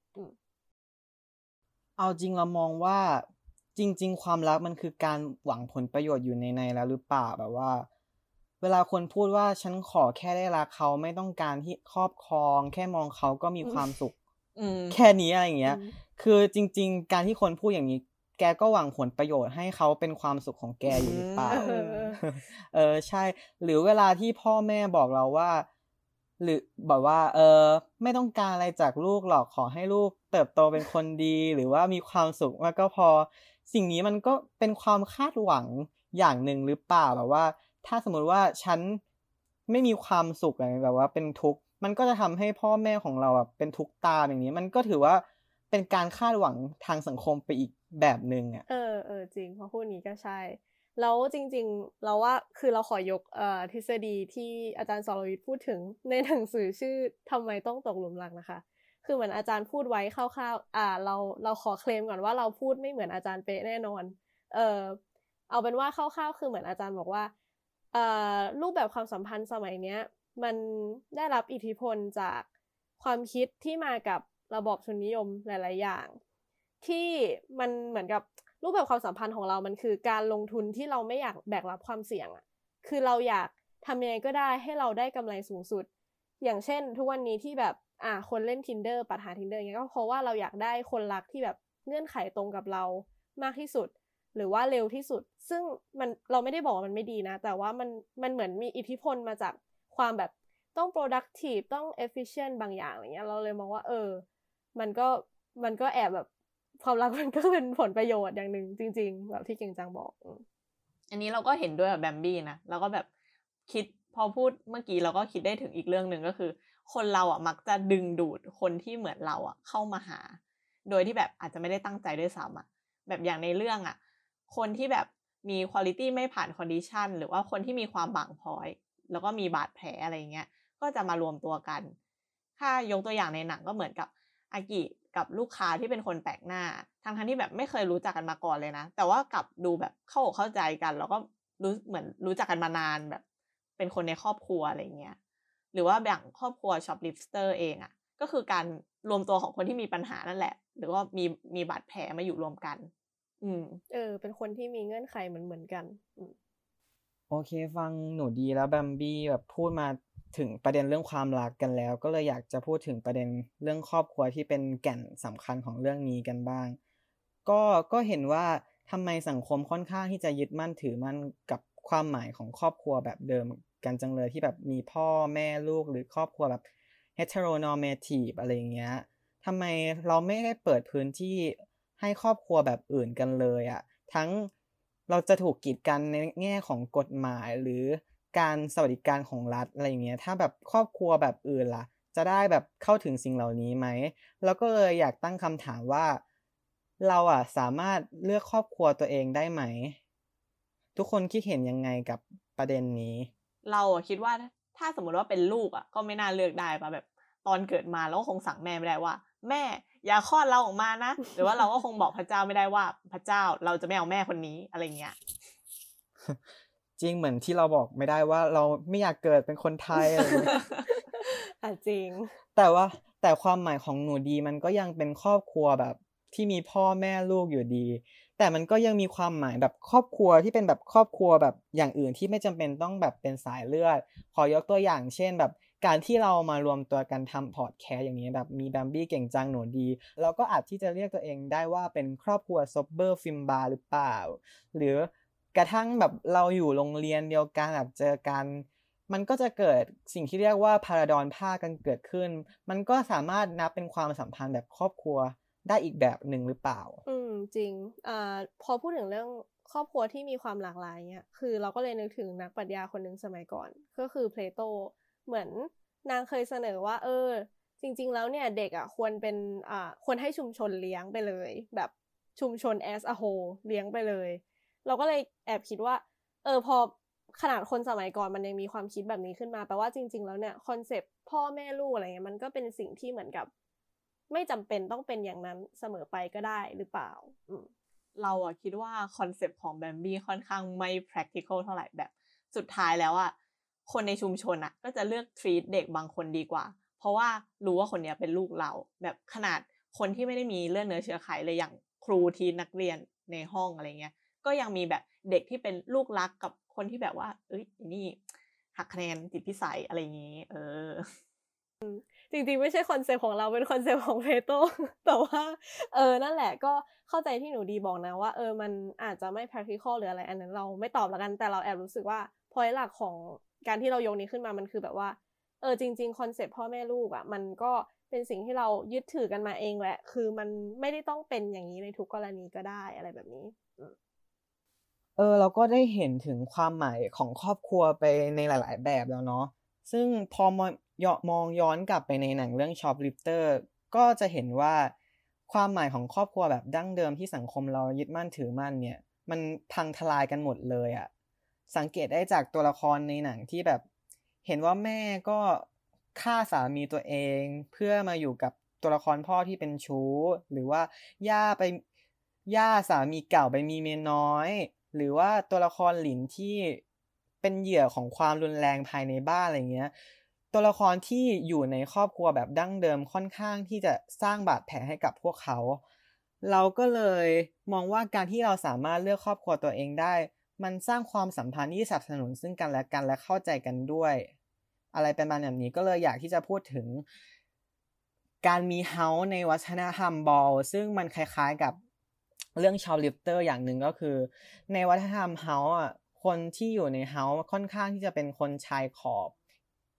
เอาจริงเรามองว่าจริงๆความรักมันคือการหวังผลประโยชน์อยู่ในแล้วหรือเปล่าแบบว่าเวลาคนพูดว่าฉันขอแค่ได้รักเขาไม่ต้องการที่ครอบครองแค่มองเขาก็มีความสุขแค่นี้อะไรอย่างเงี้ยคือจริงๆการที่คนพูดอย่างนี้แกก็หวังผลประโยชน์ให้เขาเป็นความสุขของแกอยู่หรือเปล่าใช่หรือเวลาที่พ่อแม่บอกเราว่าหรือบอกว่าไม่ต้องการอะไรจากลูกหรอกขอให้ลูกเติบโตเป็นคนดีหรือว่ามีความสุขมากก็พอสิ่งนี้มันก็เป็นความคาดหวังอย่างหนึ่งหรือเปล่าแบบว่าถ้าสมมติว่าฉันไม่มีความสุขอะไรแบบว่าเป็นทุกข์มันก็จะทำให้พ่อแม่ของเราเป็นทุกข์ตามอย่างนี้มันก็ถือว่าเป็นการคาดหวังทางสังคมไปอีกแบบนึงจริงพอพูดนี้ก็ใช่แล้วจริงๆเราว่าคือเราขอยกทฤษฎีที่อาจารย์สรวิทย์พูดถึงในหนังสือชื่อทำไมต้องตกหลุมรักนะคะคือเหมือนอาจารย์พูดไว้คร่าวๆเราขอเคลมก่อนว่าเราพูดไม่เหมือนอาจารย์เป๊ะแน่นอนเอาเป็นว่าคร่าวๆคือเหมือนอาจารย์บอกว่ารูปแบบความสัมพันธ์สมัยเนี้ยมันได้รับอิทธิพลจากความคิดที่มากับระบอบชนนิยมหลายๆอย่างที่มันเหมือนกับรูปแบบความสัมพันธ์ของเรามันคือการลงทุนที่เราไม่อยากแบกรับความเสี่ยงคือเราอยากทำยังไงก็ได้ให้เราได้กำไรสูงสุดอย่างเช่นทุกวันนี้ที่แบบคนเล่น Tinder ปัดหา Tinder อย่างเงี้ยก็เพราะว่าเราอยากได้คนรักที่แบบเงื่อนไขตรงกับเรามากที่สุดหรือว่าเร็วที่สุดซึ่งเราไม่ได้บอกว่ามันไม่ดีนะแต่ว่ามันเหมือนมีอิทธิพลมาจากความแบบต้อง productive ต้อง efficient บางอย่างอะไรเงี้ยเราเลยมองว่ามันก็แอบแบบความรักมันก็เป็นผลประโยชน์อย่างหนึ่งจริงๆแบบที่เก่งจังบอกอันนี้เราก็เห็นด้วยกับแบมบี้นะแล้วก็แบบคิดพอพูดเมื่อกี้เราก็คิดได้ถึงอีกเรื่องนึงก็คือคนเราอ่ะมักจะดึงดูดคนที่เหมือนเราอ่ะเข้ามาหาโดยที่แบบอาจจะไม่ได้ตั้งใจด้วยซ้ำอ่ะแบบอย่างในเรื่องอ่ะคนที่แบบมีควอลิตี้ไม่ผ่านคอนดิชันหรือว่าคนที่มีความบางพร้อยแล้วก็มีบาดแผลอะไรเงี้ยก็จะมารวมตัวกันถ้ายกตัวอย่างในหนังก็เหมือนกับอากิกับลูกค้าที่เป็นคนแปลกหน้าทั้งที่แบบไม่เคยรู้จักกันมาก่อนเลยนะแต่ว่ากลับดูแบบเข้าใจกันแล้วก็เหมือนรู้จักกันมานานแบบเป็นคนในครอบครัวอะไรเงี้ยหรือว่าแบ่งครอบครัวช็อปลิฟสเตอร์เองอ่ะก็คือการรวมตัวของคนที่มีปัญหานั่นแหละหรือว่ามีบาดแผลมาอยู่รวมกันเป็นคนที่มีเงื่อนไขเหมือนกันโอเคฟังหนูดีแล้วแบมบี้แบบพูดมาถึงประเด็นเรื่องความรักกันแล้วก็เลยอยากจะพูดถึงประเด็นเรื่องครอบครัวที่เป็นแก่นสำคัญของเรื่องนี้กันบ้างก็เห็นว่าทำไมสังคมค่อนข้างที่จะยึดมั่นถือมั่นกับความหมายของครอบครัวแบบเดิมกันจังเลยที่แบบมีพ่อแม่ลูกหรือครอบครัวแบบ heteronormative อะไรอย่างเงี้ยทำไมเราไม่ได้เปิดพื้นที่ให้ครอบครัวแบบอื่นกันเลยอ่ะทั้งเราจะถูกกีดกันในแง่ของกฎหมายหรือการสวัสดิการของรัฐอะไรอย่างเงี้ยถ้าแบบครอบครัวแบบอื่นล่ะจะได้แบบเข้าถึงสิ่งเหล่านี้ไหมแล้วก็เลยอยากตั้งคำถามว่าเราอ่ะสามารถเลือกครอบครัวตัวเองได้ไหมทุกคนคิดเห็นยังไงกับประเด็นนี้เราอ่ะคิดว่าถ้าสมมติว่าเป็นลูกอ่ะก็ไม่น่าเลือกได้ป่ะแบบตอนเกิดมาเราก็คงสั่งแม่ไม่ได้ว่าแม่อย่าคลอดเราออกมานะหรือว่าเราก็คงบอกพระเจ้าไม่ได้ว่าพระเจ้าเราจะไม่เอาแม่คนนี้อะไรเงี้ยจริงเหมือนที่เราบอกไม่ได้ว่าเราไม่อยากเกิดเป็นคนไทยอะไรอย่างเงี้ยจริงแต่ความหมายของหนูดีมันก็ยังเป็นครอบครัวแบบที่มีพ่อแม่ลูกอยู่ดีแต่มันก็ยังมีความหมายแบบครอบครัวที่เป็นแบบครอบครัวแบบอย่างอื่นที่ไม่จำเป็นต้องแบบเป็นสายเลือดขอยกตัวอย่างเช่นแบบการที่เรามารวมตัวกันทำพอดแคสต์อย่างนี้แบบมีแบมบี้เก่งจังหนูดีเราก็อาจที่จะเรียกตัวเองได้ว่าเป็นครอบครัวซอบเบอร์ฟิมบาร์หรือเปล่าหรือกระทั่งแบบเราอยู่โรงเรียนเดียวกันแบบเจอกันมันก็จะเกิดสิ่งที่เรียกว่าพาราดอนภาคกันเกิดขึ้นมันก็สามารถนับเป็นความสัมพันธ์แบบครอบครัวได้อีกแบบหนึ่งหรือเปล่าจริงพอพูดถึงเรื่องครอบครัวที่มีความหลากหลายเนี่ยคือเราก็เลยนึกถึงนักปรัชญาคนหนึ่งสมัยก่อนก็คือเพลโตเหมือนนางเคยเสนอว่าจริงๆแล้วเนี่ยเด็กควรให้ชุมชนเลี้ยงไปเลยแบบชุมชน as a whole เลี้ยงไปเลยเราก็เลยแอบคิดว่าพอขนาดคนสมัยก่อนมันยังมีความคิดแบบนี้ขึ้นมาแปลว่าจริงๆแล้วเนี่ยคอนเซปต์พ่อแม่ลูกอะไรเงี้ยมันก็เป็นสิ่งที่เหมือนกับไม่จำเป็นต้องเป็นอย่างนั้นเสมอไปก็ได้หรือเปล่าเราอะคิดว่าคอนเซปต์ของแบมบี้ค่อนข้างไม่ practical เท่าไหร่แบบสุดท้ายแล้วอะคนในชุมชนอะก็จะเลือก treat เด็กบางคนดีกว่าเพราะว่ารู้ว่าคนนี้เป็นลูกเราแบบขนาดคนที่ไม่ได้มีเลือดเนื้อเชื้อไขเลยอย่างครูที่นักเรียนในห้องอะไรเงี้ยก็ยังมีแบบเด็กที่เป็นลูกรักกับคนที่แบบว่านี่หักคะแนนติดพิสัยอะไรอย่างงี้จริงๆไม่ใช่คอนเซปต์ของเราเป็นคอนเซปต์ของเพโต แต่ว่านั่นแหละก็เข้าใจที่หนูดีบอกนะว่ามันอาจจะไม่ practical หรืออะไรอันนั้นเราไม่ตอบแล้วกันแต่เราแอบรู้สึกว่า point หลักของการที่เรายกนี้ขึ้นมามันคือแบบว่าจริงๆคอนเซปต์พ่อแม่ลูกอ่ะมันก็เป็นสิ่งที่เรายึดถือกันมาเองแหละคือมันไม่ได้ต้องเป็นอย่างนี้ในทุกกรณีก็ได้อะไรแบบนี้เราก็ได้เห็นถึงความหมายของครอบครัวไปในหลายๆแบบแล้วเนาะซึ่งพอมองย้อนกลับไปในหนังเรื่อง Shoplifter ก็จะเห็นว่าความหมายของครอบครัวแบบดั้งเดิมที่สังคมเรายึดมั่นถือมั่นเนี่ยมันพังทลายกันหมดเลยอะสังเกตได้จากตัวละครในหนังที่แบบเห็นว่าแม่ก็ฆ่าสามีตัวเองเพื่อมาอยู่กับตัวละครพ่อที่เป็นชู้หรือว่าย่าสามีเก่าไปมีเมียน้อยหรือว่าตัวละครหลินที่เป็นเหยื่อของความรุนแรงภายในบ้านอะไรเงี้ยตัวละครที่อยู่ในครอบครัวแบบดั้งเดิมค่อนข้างที่จะสร้างบาดแผลให้กับพวกเขาเราก็เลยมองว่าการที่เราสามารถเลือกครอบครัวตัวเองได้มันสร้างความสัมพันธ์ที่สนับสนุนซึ่งกันและกันและเข้าใจกันด้วยอะไรประมาณแบบนี้ก็เลยอยากที่จะพูดถึงการมีเฮาส์ในวัฒนธรรมบอลซึ่งมันคล้ายๆกับเรื่องชาวลิฟเตอร์อย่างหนึ่งก็คือในวัฒนธรรมเฮาส์อ่ะคนที่อยู่ในเฮาส์ค่อนข้างที่จะเป็นคนชายขอบ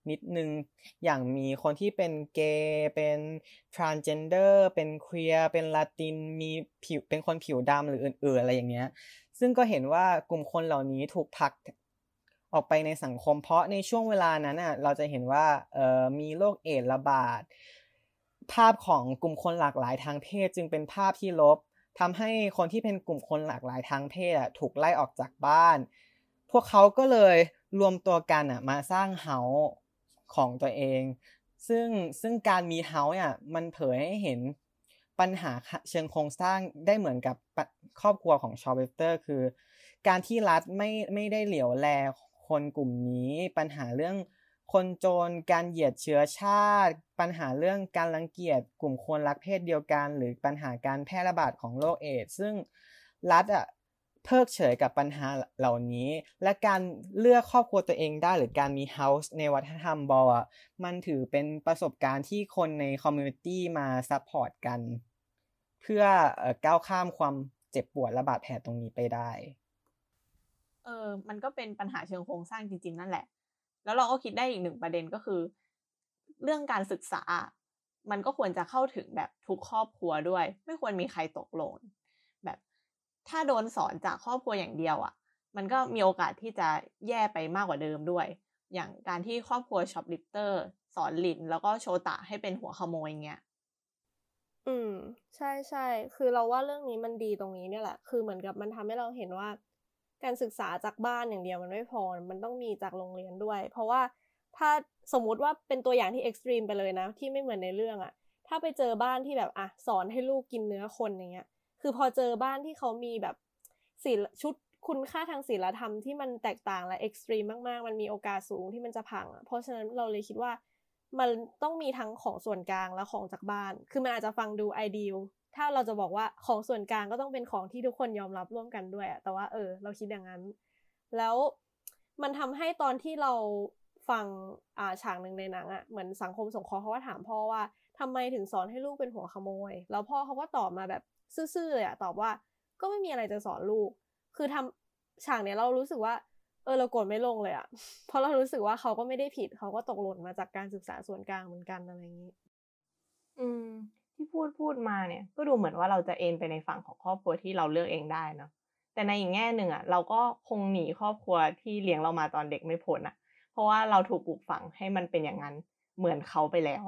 นิดนึงอย่างมีคนที่เป็นเกย์เป็น transgender เป็นเคลียร์เป็นลาตินมีผิวเป็นคนผิวดำหรืออื่นๆอะไรอย่างเงี้ยซึ่งก็เห็นว่ากลุ่มคนเหล่านี้ถูกผลักออกไปในสังคมเพราะในช่วงเวลานั้นน่ะเราจะเห็นว่ามีโรคเอดส์ระบาดภาพของกลุ่มคนหลากหลายทางเพศจึงเป็นภาพที่ลบทำให้คนที่เป็นกลุ่มคนหลากหลายทางเพศถูกไล่ออกจากบ้านพวกเขาก็เลยรวมตัวกันมาสร้างเฮาส์ของตัวเองซึ่งการมีเฮาส์มันเผยให้เห็นปัญหาเชิงโครงสร้างได้เหมือนกับครอบครัวของชอว์เวฟเตอร์คือการที่รัฐไม่ได้เหลียวแลคนกลุ่มนี้ปัญหาเรื่องคนจนการเหยียดเชื้อชาติปัญหาเรื่องการรังเกียจกลุ่มคนรักเพศเดียวกันหรือปัญหาการแพร่ระบาดของโรคเอดส์ซึ่งรัฐเพิกเฉยกับปัญหาเหล่านี้และการเลือกครอบครัวตัวเองได้หรือการมีเฮาส์ในวัฒนธรรมบอลมันถือเป็นประสบการณ์ที่คนในคอมมูนิตี้มาซัพพอร์ตกันเพื่อก้าวข้ามความเจ็บปวดและบาดแผลตรงนี้ไปได้มันก็เป็นปัญหาเชิงโครงสร้างจริงๆนั่นแหละแล้วเราก็คิดได้อีกหนึ่งประเด็นก็คือเรื่องการศึกษามันก็ควรจะเข้าถึงแบบทุกครอบครัวด้วยไม่ควรมีใครตกหล่นแบบถ้าโดนสอนจากครอบครัวอย่างเดียวมันก็มีโอกาสที่จะแย่ไปมากกว่าเดิมด้วยอย่างการที่ครอบครัวช็อปลิฟเตอร์สอนหลินแล้วก็โชตะให้เป็นหัวขโมยเงี้ยใช่ๆคือเราว่าเรื่องนี้มันดีตรงนี้เนี่ยแหละคือเหมือนกับมันทำให้เราเห็นว่าการศึกษาจากบ้านอย่างเดียวมันไม่พอมันต้องมีจากโรงเรียนด้วยเพราะว่าถ้าสมมุติว่าเป็นตัวอย่างที่เอ็กซ์ตรีมไปเลยนะที่ไม่เหมือนในเรื่องถ้าไปเจอบ้านที่แบบสอนให้ลูกกินเนื้อคนอย่างเงี้ยคือพอเจอบ้านที่เขามีแบบชุดคุณค่าทางศีลธรรมที่มันแตกต่างและเอ็กซ์ตรีมมากๆมันมีโอกาสสูงที่มันจะพังเพราะฉะนั้นเราเลยคิดว่ามันต้องมีทั้งของส่วนกลางและของจากบ้านคือมันอาจจะฟังดูไอเดียลถ้าเราจะบอกว่าของส่วนกลางก็ต้องเป็นของที่ทุกคนยอมรับร่วมกันด้วยแต่ว่าเราคิดอย่างนั้นแล้วมันทำให้ตอนที่เราฟังฉากหนึ่งในหนังเหมือนสังคมสงเคราะห์เขาก็ถามพ่อว่าทำไมถึงสอนให้ลูกเป็นหัวขโมยแล้วพ่อเขาก็ตอบมาแบบซื่อๆเลยตอบว่าก็ไม่มีอะไรจะสอนลูกคือฉากเนี้ยเรารู้สึกว่าเรากดไม่ลงเลยเพราะเรารู้สึกว่าเขาก็ไม่ได้ผิดเขาก็ตกหล่นมาจากการศึกษาส่วนกลางเหมือนกันอะไรอย่างนี้ที่พูดมาเนี่ยก็ดูเหมือนว่าเราจะเอนไปในฝั่งของครอบครัวที่เราเลือกเองได้เนาะแต่ในอีกแง่หนึ่งเราก็คงหนีครอบครัวที่เลี้ยงเรามาตอนเด็กไม่พ้นเพราะว่าเราถูกปลูกฝังให้มันเป็นอย่างนั้นเหมือนเขาไปแล้ว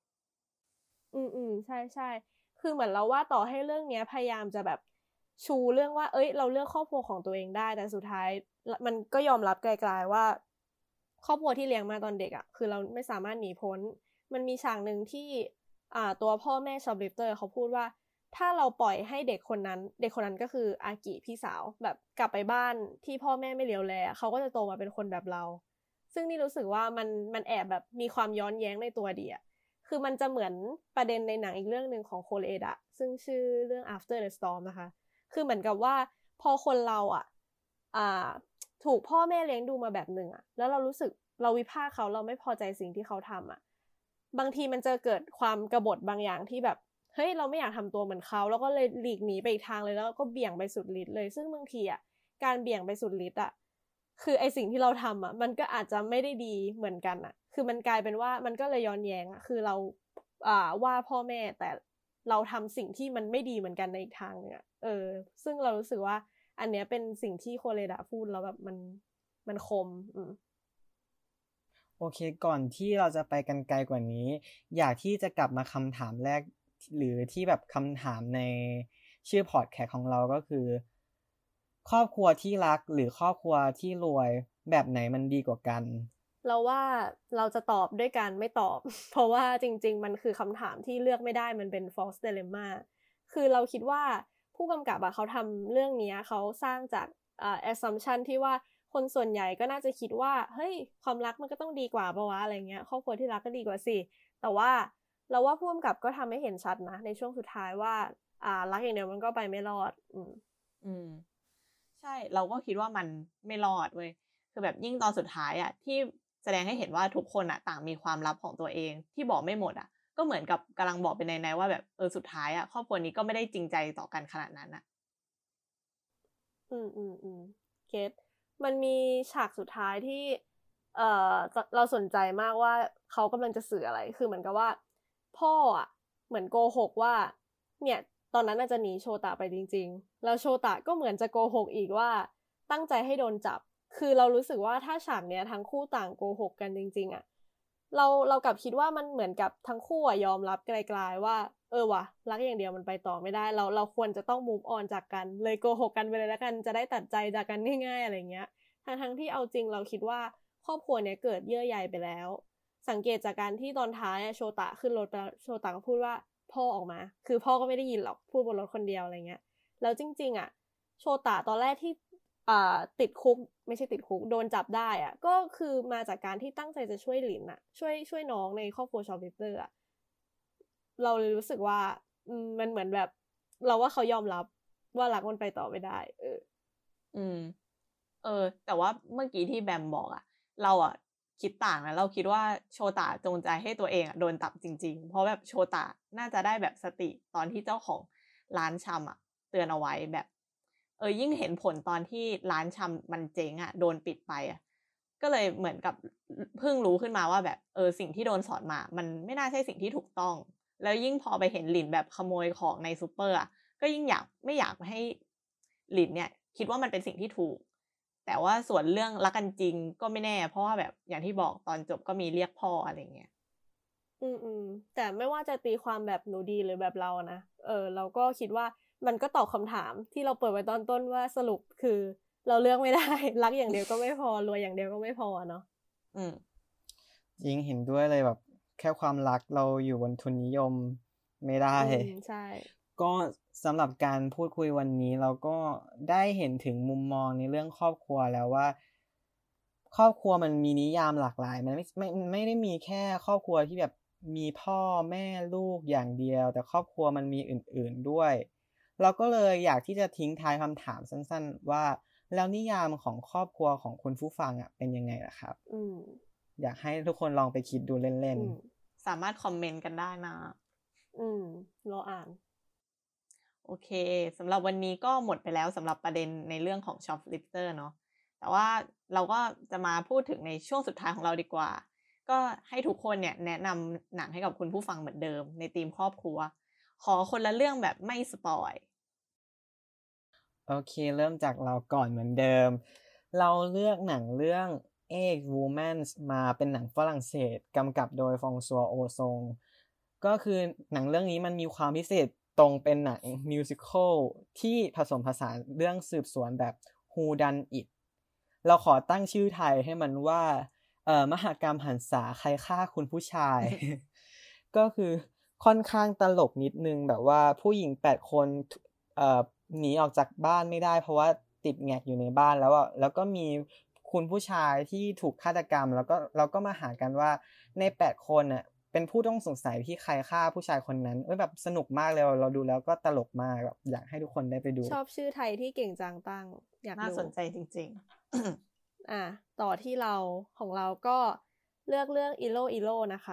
ใช่ๆคือเหมือนเราว่าต่อให้เรื่องเนี้ยพยายามจะแบบชูเรื่องว่าเราเลือกครอบครัวของตัวเองได้แต่สุดท้ายมันก็ยอมรับไกลๆว่าครอบครัวที่เลี้ยงมาตอนเด็กคือเราไม่สามารถหนีพ้นมันมีฉากนึงที่ตัวพ่อแม่ช็อปลิฟเตอร์เขาพูดว่าถ้าเราปล่อยให้เด็กคนนั้นก็คืออากิพี่สาวแบบกลับไปบ้านที่พ่อแม่ไม่เลี้ยวแลเขาก็จะโตมาเป็นคนแบบเราซึ่งนี่รู้สึกว่ามันแอบแบบมีความย้อนแย้งในตัวดีคือมันจะเหมือนประเด็นในหนังอีกเรื่องนึงของโคเรเอดะซึ่งชื่อเรื่อง After the Storm นะคะคือเหมือนกับว่าพอคนเราถูกพ่อแม่เลี้ยงดูมาแบบนึงแล้วเรารู้สึกเราวิพากษ์เขาเราไม่พอใจสิ่งที่เขาทำบางทีมันจะเกิดความกบฏบางอย่างที่แบบเฮ้ยเราไม่อยากทำตัวเหมือนเขาแล้วก็เลยหลีกหนีไปอีกทางเลยแล้วก็เบี่ยงไปสุดฤทธิ์เลยซึ่งบางทีการเบี่ยงไปสุดฤทธิ์คือไอสิ่งที่เราทำมันก็อาจจะไม่ได้ดีเหมือนกันคือมันกลายเป็นว่ามันก็เลยย้อนแย้งคือเราว่าพ่อแม่แต่เราทำสิ่งที่มันไม่ดีเหมือนกันในอีกทางนึงซึ่งเรารู้สึกว่าอันเนี้ยเป็นสิ่งที่โคเรดะพูดแล้วแบบมันคมโอเคก่อนที่เราจะไปกันไกลกว่านี้อยากที่จะกลับมาคำถามแรกหรือที่แบบคำถามในชื่อพอดแคสต์ของเราก็คือครอบครัวที่รักหรือครอบครัวที่รวยแบบไหนมันดีกว่ากันเราว่าเราจะตอบด้วยการไม่ตอบ เพราะว่าจริงๆมันคือคำถามที่เลือกไม่ได้มันเป็น false dilemma คือเราคิดว่าผู้กำกับเขาทำเรื่องนี้เขาสร้างจากassumption ที่ว่าคนส่วนใหญ่ก็น่าจะคิดว่าเฮ้ยความรักมันก็ต้องดีกว่าปะวะอะไรเงี้ยครอบครัวที่รักก็ดีกว่าสิแต่ว่าเราว่าผู้กำกับก็ทำให้เห็นชัดนะในช่วงสุดท้ายว่ารักอย่างเดียวมันก็ไปไม่รอดใช่เราก็คิดว่ามันไม่รอดเว้ยคือแบบยิ่งตอนสุดท้ายที่แสดงให้เห็นว่าทุกคนต่างมีความลับของตัวเองที่บอกไม่หมดก็เหมือนกับกำลังบอกเป็นในว่าแบบสุดท้ายครอบครัวนี้ก็ไม่ได้จริงใจต่อกันขนาดนั้นเก็ตมันมีฉากสุดท้ายที่เราสนใจมากว่าเขากำลังจะสื่ออะไรคือเหมือนกับว่าพ่ออ่ะเหมือนโกหกว่าเนี่ยตอนนั้นน่าจะหนีโชตะไปจริงๆแล้วโชตะก็เหมือนจะโกหกอีกว่าตั้งใจให้โดนจับคือเรารู้สึกว่าถ้าฉากเนี้ยทั้งคู่ต่างโกหกกันจริงๆอ่ะเรากลับคิดว่ามันเหมือนกับทั้งคู่อ่ะยอมรับไกลๆว่าว่ะรักอย่างเดียวมันไปต่อไม่ได้เราควรจะต้อง move on จากกันเลยโกหกกันไปเลยแล้วกันจะได้ตัดใจจากกันง่ายๆอะไรเงี้ยทั้งที่เอาจริงเราคิดว่าครอบครัวเนี้ยเกิดเยื่อใยไปแล้วสังเกตจากการที่ตอนท้ายโชตะขึ้นรถไปโชตะก็พูดว่าพ่อออกมาคือพ่อก็ไม่ได้ยินหรอกพูดบนรถคนเดียวอะไรเงี้ยแล้วจริงๆอ่ะโชตะตอนแรกที่ติดคุกไม่ใช่ติดคุกโดนจับได้อ่ะก็คือมาจากการที่ตั้งใจจะช่วยหลินอ่ะช่วยน้องในครอบครัวชอปลิฟเตอร์อ่ะเราเลยรู้สึกว่ามันเหมือนแบบเราว่าเขายอมรับว่ารักมันไปต่อไม่ได้แต่ว่าเมื่อกี้ที่แบมบอกอะเราอะคิดต่างนะเราคิดว่าโชตะจงใจให้ตัวเองอะโดนตับจริงๆเพราะแบบโชตะน่าจะได้แบบสติตอนที่เจ้าของร้านชำอะเตือนเอาไว้แบบยิ่งเห็นผลตอนที่ร้านชำมันเจ๊งอะโดนปิดไปอะก็เลยเหมือนกับเพิ่งรู้ขึ้นมาว่าแบบสิ่งที่โดนสอนมามันไม่น่าใช่สิ่งที่ถูกต้องแล้วยิ่งพอไปเห็นหลินแบบขโมยของในซูเปอร์อะก็ยิ่งไม่อยากให้หลินเนี่ยคิดว่ามันเป็นสิ่งที่ถูกแต่ว่าส่วนเรื่องรักกันจริงก็ไม่แน่เพราะว่าแบบอย่างที่บอกตอนจบก็มีเรียกพ่ออะไรเงี้ยแต่ไม่ว่าจะตีความแบบหนูดีหรือแบบเรานะเราก็คิดว่ามันก็ตอบคำถามที่เราเปิดไว้ตอนต้นว่าสรุปคือเราเลือกไม่ได้ รักอย่างเดียวก็ไม่พอรวยอย่างเดียวก็ไม่พอเนาะจริงเห็นด้วยเลยแบบแค่ความรักเราอยู่บนทุนนิยมไม่ได้ใช่ก็สำหรับการพูดคุยวันนี้เราก็ได้เห็นถึงมุมมองในเรื่องครอบครัวแล้วว่าครอบครัวมันมีนิยามหลากหลายมันไม่ได้มีแค่ครอบครัวที่แบบมีพ่อแม่ลูกอย่างเดียวแต่ครอบครัวมันมีอื่นๆด้วยเราก็เลยอยากที่จะทิ้งท้ายคำถามสั้นๆว่าแล้วนิยามของครอบครัวของคุณผู้ฟังอ่ะเป็นยังไงล่ะครับอยากให้ทุกคนลองไปคิดดูเล่นๆสามารถคอมเมนต์กันได้นะรออ่านโอเคสำหรับวันนี้ก็หมดไปแล้วสำหรับประเด็นในเรื่องของ Shoplifter เนาะแต่ว่าเราก็จะมาพูดถึงในช่วงสุดท้ายของเราดีกว่าก็ให้ทุกคนเนี่ยแนะนำหนังให้กับคุณผู้ฟังเหมือนเดิมในธีมครอบครัวขอคนละเรื่องแบบไม่สปอยโอเคเริ่มจากเราก่อนเหมือนเดิมเราเลือกหนังเรื่อง Egg Woman มาเป็นหนังฝรั่งเศสกำกับโดยฟองซัวโอซงก็คือหนังเรื่องนี้มันมีความพิเศษตรงเป็นหนังมิวสิคอลที่ผสมผสานเรื่องสืบสวนแบบ Who Done It เราขอตั้งชื่อไทยให้มันว่ามหกรรมหันษาใครฆ่าคุณผู้ชาย ก็คือค่อนข้างตลกนิดนึงแบบว่าผู้หญิง8คนหนีออกจากบ้านไม่ได้เพราะว่าติดแงกอยู่ในบ้านแล้วแล้วก็มีคุณผู้ชายที่ถูกฆาตกรรมแล้วก็เราก็มาหากันว่าใน8คนน่ะเป็นผู้ต้องสงสัยที่ใครฆ่าผู้ชายคนนั้นแบบสนุกมากเลยเราดูแล้วก็ตลกมากแบบอยากให้ทุกคนได้ไปดูชอบชื่อไทยที่เก่งจังตั้งอยากดูน่าสนใจจริงๆต่อที่เราของเราก็เลือกเรื่อง ILO นะคะ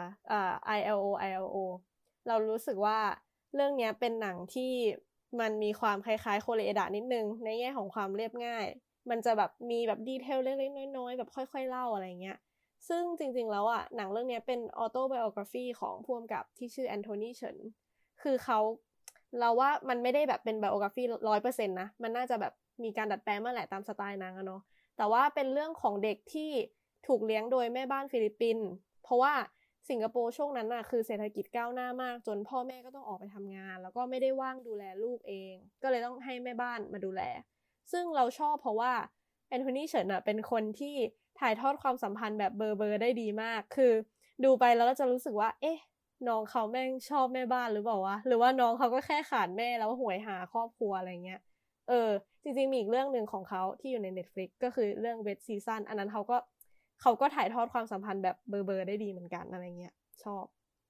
ILO เรารู้สึกว่าเรื่องนี้เป็นหนังที่มันมีความคล้ายๆโคเรเอดะนิดนึงในแง่ของความเรียบง่ายมันจะแบบมีแบบดีเทลเล็กๆน้อยๆแบบค่อยๆเล่าอะไรเงี้ยซึ่งจริงๆแล้วหนังเรื่องนี้เป็นออโตไบโอกราฟีของผู้กำกับที่ชื่อแอนโทนีเฉินคือเราว่ามันไม่ได้แบบเป็นไบโอกราฟี 100% นะมันน่าจะแบบมีการดัดแปลงมาแหละตามสไตล์นางเนาะแต่ว่าเป็นเรื่องของเด็กที่ถูกเลี้ยงโดยแม่บ้านฟิลิปปินส์เพราะว่าสิงคโปร์ช่วงนั้นคือเศรษฐกิจก้าวหน้ามากจนพ่อแม่ก็ต้องออกไปทำงานแล้วก็ไม่ได้ว่างดูแลลูกเองก็เลยต้องให้แม่บ้านมาดูแลซึ่งเราชอบเพราะว่าแอนโทนีเฉินเป็นคนที่ถ่ายทอดความสัมพันธ์แบบเบอร์ได้ดีมากคือดูไปแล้วเราจะรู้สึกว่าเอ๊ะน้องเขาแม่งชอบแม่บ้านหรือเปล่าวะหรือว่าน้องเขาก็แค่ขาดแม่แล้วหวยหาครอบครัวอะไรเงี้ยจริงๆมีอีกเรื่องหนึ่งของเขาที่อยู่ใน Netflix ก็คือเรื่อง Wet Season อันนั้นเขาก็ถ่ายทอดความสัมพันธ์แบบเบอร์ได้ดีเหมือนกันอะไรเงี้ยชอบ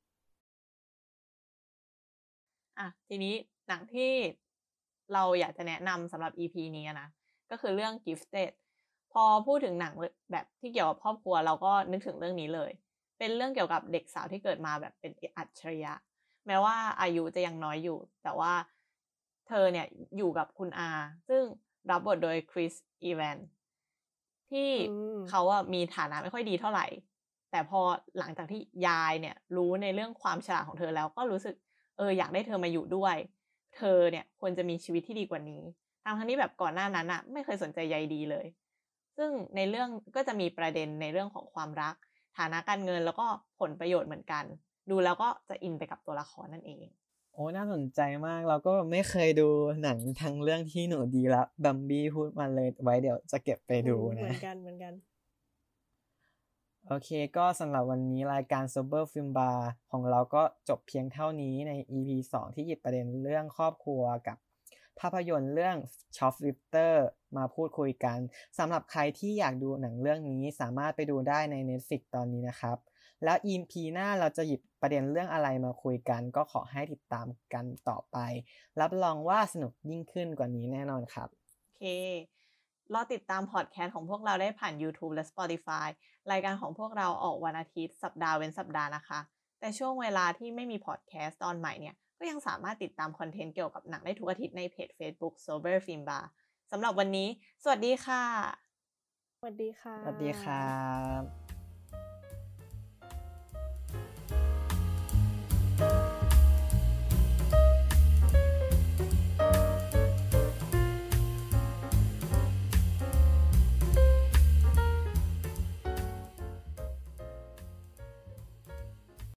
ทีนี้หนังที่เราอยากจะแนะนำสำหรับ EP นี้นะก็คือเรื่อง Gifted พอพูดถึงหนังแบบที่เกี่ยวกับครอบครัวเราก็นึกถึงเรื่องนี้เลยเป็นเรื่องเกี่ยวกับเด็กสาวที่เกิดมาแบบเป็นอัจฉริยะแม้ว่าอายุจะยังน้อยอยู่แต่ว่าเธอเนี่ยอยู่กับคุณอาซึ่งรับบทโดยคริสอีแวนที่อืมเขาอะมีฐานะไม่ค่อยดีเท่าไหร่ แต่พอหลังจากที่ยายเนี่ยรู้ในเรื่องความฉลาดของเธอแล้วก็รู้สึกอยากได้เธอมาอยู่ด้วย เธอเนี่ยควรจะมีชีวิตที่ดีกว่านี้ทั้งที่แบบก่อนหน้านั้นอะไม่เคยสนใจใยดีเลย ซึ่งในเรื่องก็จะมีประเด็นในเรื่องของความรัก ฐานะการเงินแล้วก็ผลประโยชน์เหมือนกัน ดูแล้วก็จะอินไปกับตัวละครนั่นเองโอ้น่าสนใจมากเราก็ไม่เคยดูหนังทั้งเรื่องที่หนูดีละบัมบี้พูดมาเลยไว้เดี๋ยวจะเก็บไปดูเหมืนะอนกันเหมือนกันโอเคก็สำหรับวันนี้รายการ Sober Film Bar ของเราก็จบเพียงเท่านี้ใน EP 2 ที่หยิบประเด็นเรื่องครอบครัวกับภาพยนตร์เรื่อง Shoplifter มาพูดคุยกันสำหรับใครที่อยากดูหนังเรื่องนี้สามารถไปดูได้ใน Netflix ตอนนี้นะครับแล้ว EP หน้าเราจะหยิบประเด็นเรื่องอะไรมาคุยกันก็ขอให้ติดตามกันต่อไปรับรองว่าสนุกยิ่งขึ้นกว่านี้แน่นอนครับโอเครอติดตามพอดแคสต์ของพวกเราได้ผ่าน YouTube และ Spotify รายการของพวกเราออกวันอาทิตย์สัปดาห์เว้นสัปดาห์นะคะ แต่ช่วงเวลาที่ไม่มีพอดแคสต์ตอนใหม่เนี่ยก็ยังสามารถติดตามคอนเทนต์เกี่ยวกับหนังได้ทุกอาทิตย์ในเพจ Facebook Sober Film Bar สำหรับวันนี้สวัสดีค่ะสวัสดีค่ะสวัสดีครับ